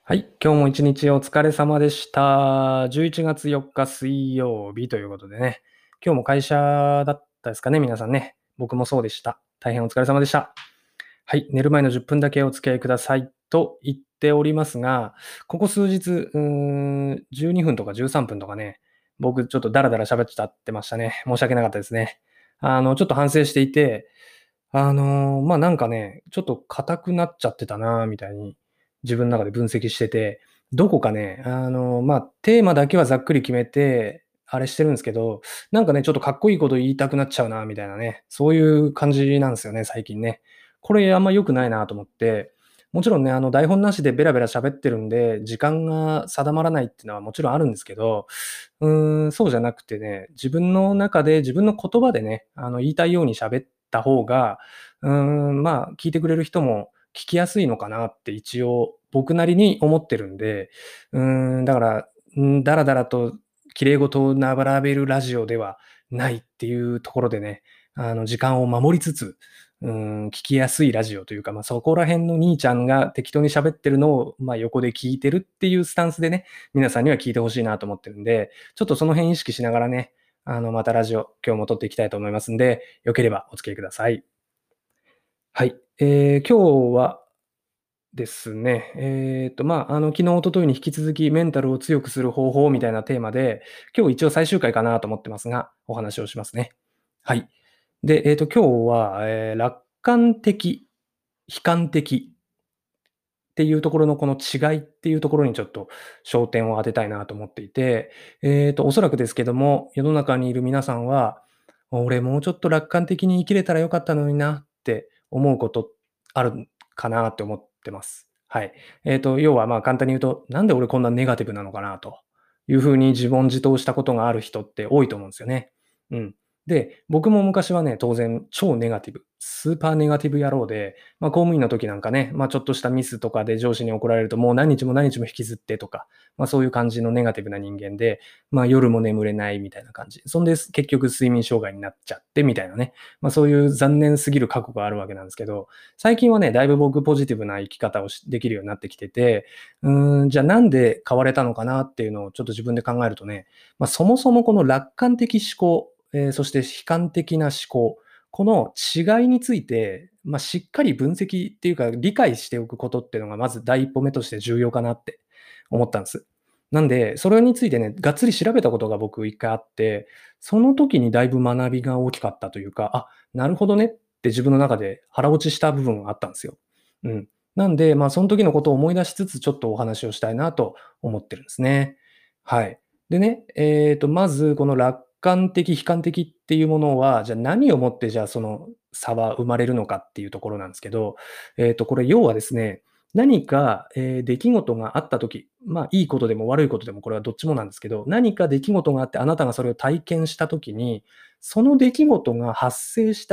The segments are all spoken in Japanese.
はい、今日も一日お疲れ様でした。11月4日水曜日ということでね、今日も会社だったですかね、皆さんね。僕もそうでした。大変お疲れ様でした。はい、寝る前の10分だけお付き合いくださいと言っておりますが、ここ数日、12分とか13分とかね、僕ちょっとダラダラ喋っちゃってましたね。申し訳なかったですね。ちょっと反省していて、なんかね、ちょっと硬くなっちゃってたなみたいに自分の中で分析してて、どこかね、テーマだけはざっくり決めて、あれしてるんですけど、なんかね、ちょっとかっこいいこと言いたくなっちゃうなみたいなね、そういう感じなんですよね、最近ね。これあんま良くないなと思って、もちろんね、台本なしでベラベラ喋ってるんで、時間が定まらないっていうのはもちろんあるんですけど、そうじゃなくてね、自分の中で自分の言葉でね、言いたいように喋った方が、聞いてくれる人も聞きやすいのかなって一応僕なりに思ってるんで、だから、だらだらと綺麗事を並べるラジオではないっていうところでね、時間を守りつつ、聞きやすいラジオというか、そこら辺の兄ちゃんが適当に喋ってるのを、横で聞いてるっていうスタンスでね、皆さんには聞いてほしいなと思ってるんで、ちょっとその辺意識しながらね、またラジオ、今日も撮っていきたいと思いますんで、良ければお付き合いください。はい。今日はですね、昨日、一昨日に引き続きメンタルを強くする方法みたいなテーマで、今日一応最終回かなと思ってますが、お話をしますね。はい。で、今日は、楽観的、悲観的っていうところのこの違いっていうところにちょっと焦点を当てたいなと思っていて、おそらくですけども、世の中にいる皆さんは、俺もうちょっと楽観的に生きれたらよかったのになって思うことあるかなって思ってます。はい。要は簡単に言うと、なんで俺こんなネガティブなのかなというふうに自問自答したことがある人って多いと思うんですよね。うん。で、僕も昔はね、当然超ネガティブ、スーパーネガティブ野郎で、公務員の時なんかね、ちょっとしたミスとかで上司に怒られると、もう何日も何日も引きずってとか、そういう感じのネガティブな人間で、夜も眠れないみたいな感じ。そんで、結局睡眠障害になっちゃってみたいなね。そういう残念すぎる過去があるわけなんですけど、最近はね、だいぶ僕ポジティブな生き方をできるようになってきてて、じゃあなんで変われたのかなっていうのをちょっと自分で考えるとね、そもそもこの楽観的思考、そして悲観的な思考、この違いについて、しっかり分析っていうか、理解しておくことっていうのが、まず第一歩目として重要かなって思ったんです。なんで、それについてね、がっつり調べたことが僕一回あって、その時にだいぶ学びが大きかったというか、あ、なるほどねって自分の中で腹落ちした部分があったんですよ。うん。なんで、その時のことを思い出しつつ、ちょっとお話をしたいなと思ってるんですね。はい。でね、まずこの楽観的、悲観的っていうものは、じゃあ何をもってじゃあその差は生まれるのかっていうところなんですけど、これ要はですね、何か、出来事があった時、いいことでも悪いことでもこれはどっちもなんですけど、何か出来事があってあなたがそれを体験した時に、その出来事が発生した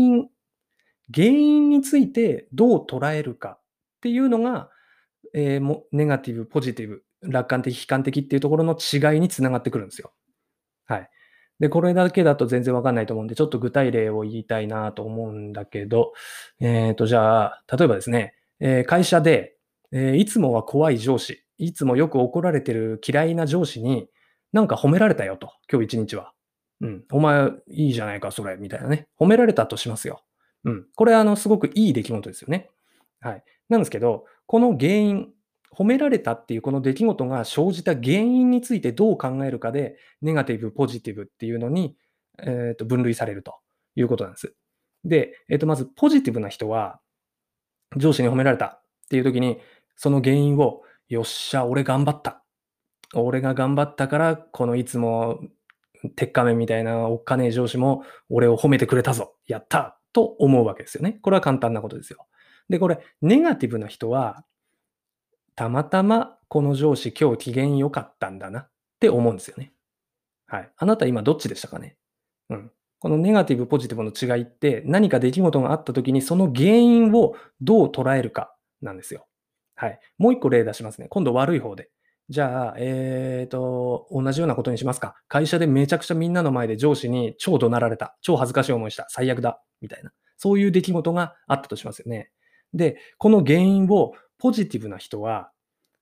原因についてどう捉えるかっていうのが、ネガティブ、ポジティブ、楽観的、悲観的っていうところの違いに繋がってくるんですよ。はい。で、これだけだと全然わかんないと思うんで、ちょっと具体例を言いたいなと思うんだけど、じゃあ、例えばですね、会社で、いつもは怖い上司、いつもよく怒られてる嫌いな上司に、なんか褒められたよと、今日1日は。うん、お前いいじゃないか、それ、みたいなね。褒められたとしますよ。うん。これすごくいい出来事ですよね。はい。なんですけど、この原因、褒められたっていうこの出来事が生じた原因についてどう考えるかで、ネガティブ、ポジティブっていうのに、分類されるということなんです。で、まずポジティブな人は、上司に褒められたっていう時に、その原因を、よっしゃ、俺頑張った。俺が頑張ったから、このいつも鉄仮面みたいなおっかねえ上司も俺を褒めてくれたぞ。やったと思うわけですよね。これは簡単なことですよ。で、これ、ネガティブな人は、たまたまこの上司今日機嫌良かったんだなって思うんですよね。はい。あなた今どっちでしたかね？うん。このネガティブ、ポジティブの違いって、何か出来事があった時に、その原因をどう捉えるかなんですよ。はい。もう一個例出しますね。今度悪い方で。じゃあ、同じようなことにしますか。会社でめちゃくちゃみんなの前で上司に超怒鳴られた。超恥ずかしい思いした。最悪だ。みたいな。そういう出来事があったとしますよね。で、この原因をポジティブな人は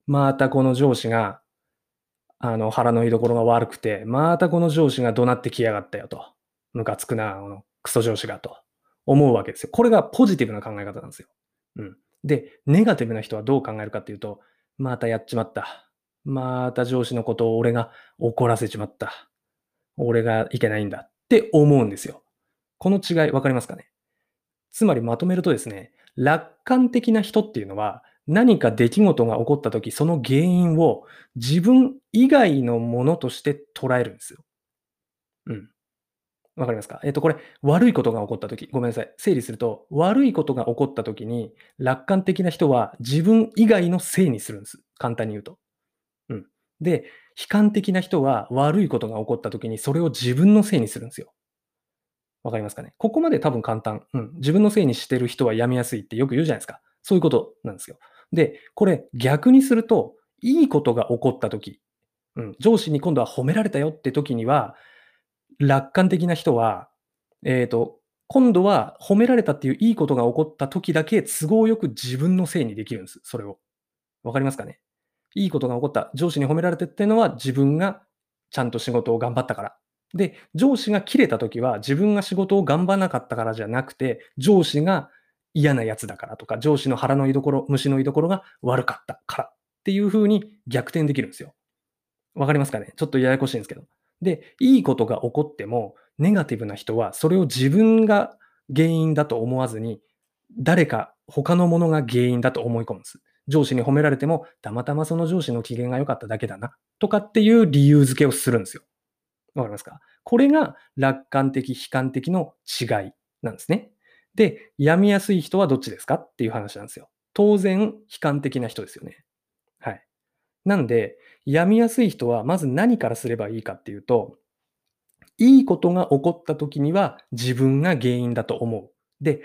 またこの上司が、腹の居所が悪くて、またこの上司が怒鳴ってきやがったよと。ムカつくな、クソ上司がと思うわけですよ。これがポジティブな考え方なんですよ。うん。で、ネガティブな人はどう考えるかっていうと、またやっちまった。また上司のことを俺が怒らせちまった。俺がいけないんだって思うんですよ。この違い分かりますかね？つまりまとめるとですね、楽観的な人っていうのは、何か出来事が起こった時、その原因を自分以外のものとして捉えるんですよ。うん。わかりますか？これ、悪いことが起こった時、ごめんなさい。整理すると、悪いことが起こった時に、楽観的な人は自分以外のせいにするんです。簡単に言うと。うん。で、悲観的な人は悪いことが起こった時に、それを自分のせいにするんですよ。わかりますかね？ここまで多分簡単。うん。自分のせいにしてる人は病みやすいってよく言うじゃないですか。そういうことなんですよ。で、これ逆にすると、いいことが起こった時、うん、上司に今度は褒められたよって時には、楽観的な人は、今度は褒められたっていういいことが起こった時だけ都合よく自分のせいにできるんです、それを。わかりますかね？いいことが起こった、上司に褒められてっていうのは自分がちゃんと仕事を頑張ったから。で、上司が切れた時は自分が仕事を頑張らなかったからじゃなくて、上司が嫌なやつだからとか、上司の腹の居所、虫の居所が悪かったからっていう風に逆転できるんですよ。わかりますかね？ちょっとややこしいんですけど。で、いいことが起こっても、ネガティブな人はそれを自分が原因だと思わずに、誰か他のものが原因だと思い込むんです。上司に褒められても、たまたまその上司の機嫌が良かっただけだな、とかっていう理由付けをするんですよ。わかりますか？これが楽観的、悲観的の違いなんですね。で、病みやすい人はどっちですかっていう話なんですよ。当然、悲観的な人ですよね。はい。なんで、病みやすい人はまず何からすればいいかっていうと、いいことが起こった時には自分が原因だと思う。で、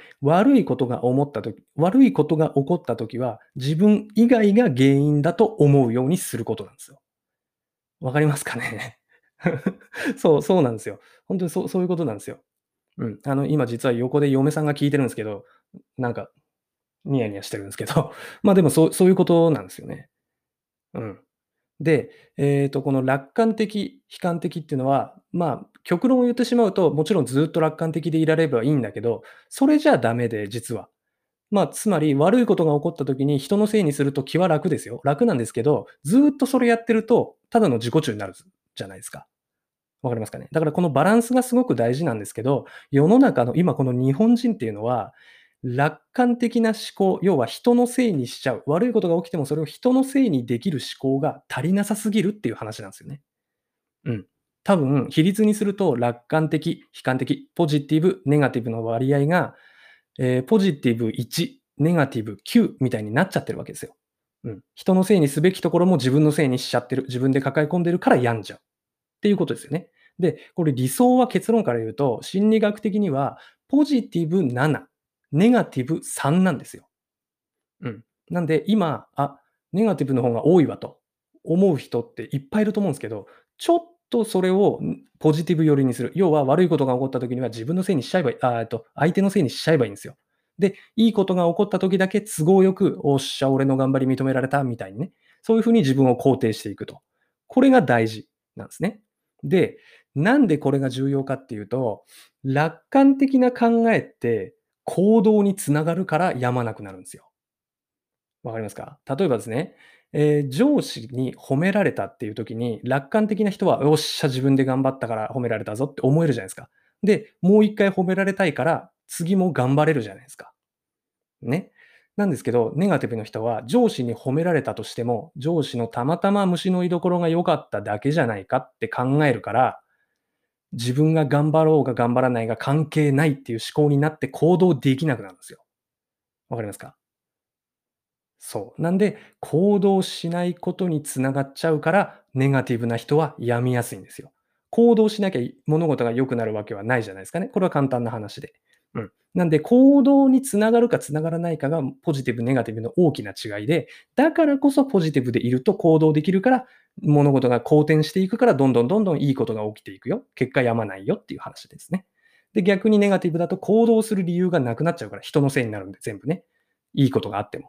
悪いことが起こった時は自分以外が原因だと思うようにすることなんですよ。わかりますかね？そうなんですよ。本当にそういうことなんですよ。うん。今実は横で嫁さんが聞いてるんですけど、なんかニヤニヤしてるんですけど、でもそういうことなんですよね。うん。で、この楽観的、悲観的っていうのは、極論を言ってしまうと、もちろんずっと楽観的でいられればいいんだけど、それじゃダメで、実は。つまり悪いことが起こった時に人のせいにすると気は楽ですよ。楽なんですけど、ずっとそれやってると、ただの自己中になるじゃないですか。わかりますかね？だからこのバランスがすごく大事なんですけど、世の中の今この日本人っていうのは、楽観的な思考、要は人のせいにしちゃう、悪いことが起きてもそれを人のせいにできる思考が足りなさすぎるっていう話なんですよね。うん。多分、比率にすると楽観的、悲観的、ポジティブ、ネガティブの割合が、ポジティブ1、ネガティブ9みたいになっちゃってるわけですよ。うん。人のせいにすべきところも自分のせいにしちゃってる。自分で抱え込んでるから病んじゃう。っていうことですよね。で、これ理想は結論から言うと、心理学的にはポジティブ7、ネガティブ3なんですよ。うん。なんで今、ネガティブの方が多いわと思う人っていっぱいいると思うんですけど、ちょっとそれをポジティブ寄りにする。要は悪いことが起こった時には自分のせいにしちゃえばいい、相手のせいにしちゃえばいいんですよ。で、いいことが起こった時だけ都合よく、おっしゃ、俺の頑張り認められたみたいにね、そういう風に自分を肯定していくと。これが大事なんですね。で、なんでこれが重要かっていうと、楽観的な考えって行動につながるからやまなくなるんですよ。わかりますか？例えばですね、上司に褒められたっていう時に、楽観的な人は、よっしゃ、自分で頑張ったから褒められたぞって思えるじゃないですか。で、もう一回褒められたいから、次も頑張れるじゃないですか。ね。なんですけど、ネガティブの人は上司に褒められたとしても、上司のたまたま虫の居所が良かっただけじゃないかって考えるから、自分が頑張ろうが頑張らないが関係ないっていう思考になって行動できなくなるんですよ。わかりますか？そう。なんで、行動しないことに繋がっちゃうから、ネガティブな人は病みやすいんですよ。行動しなきゃ物事が良くなるわけはないじゃないですかね。これは簡単な話で。うん。なんで、行動に繋がるか繋がらないかが、ポジティブ、ネガティブの大きな違いで、だからこそポジティブでいると行動できるから、物事が好転していくから、どんどんいいことが起きていくよ。結果病まないよっていう話ですね。で、逆にネガティブだと行動する理由がなくなっちゃうから、人のせいになるんで、全部ね。いいことがあっても。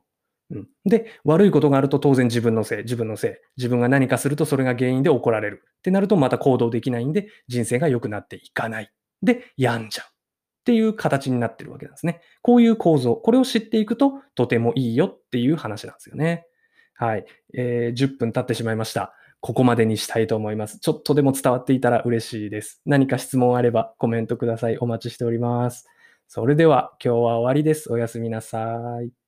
で、悪いことがあると当然自分のせい。自分が何かするとそれが原因で怒られる。ってなるとまた行動できないんで、人生が良くなっていかない。で、病んじゃう。っていう形になってるわけなんですね。こういう構造。これを知っていくととてもいいよっていう話なんですよね。はい。10分経ってしまいました。ここまでにしたいと思います。ちょっとでも伝わっていたら嬉しいです。何か質問あればコメントください。お待ちしております。それでは今日は終わりです。おやすみなさい。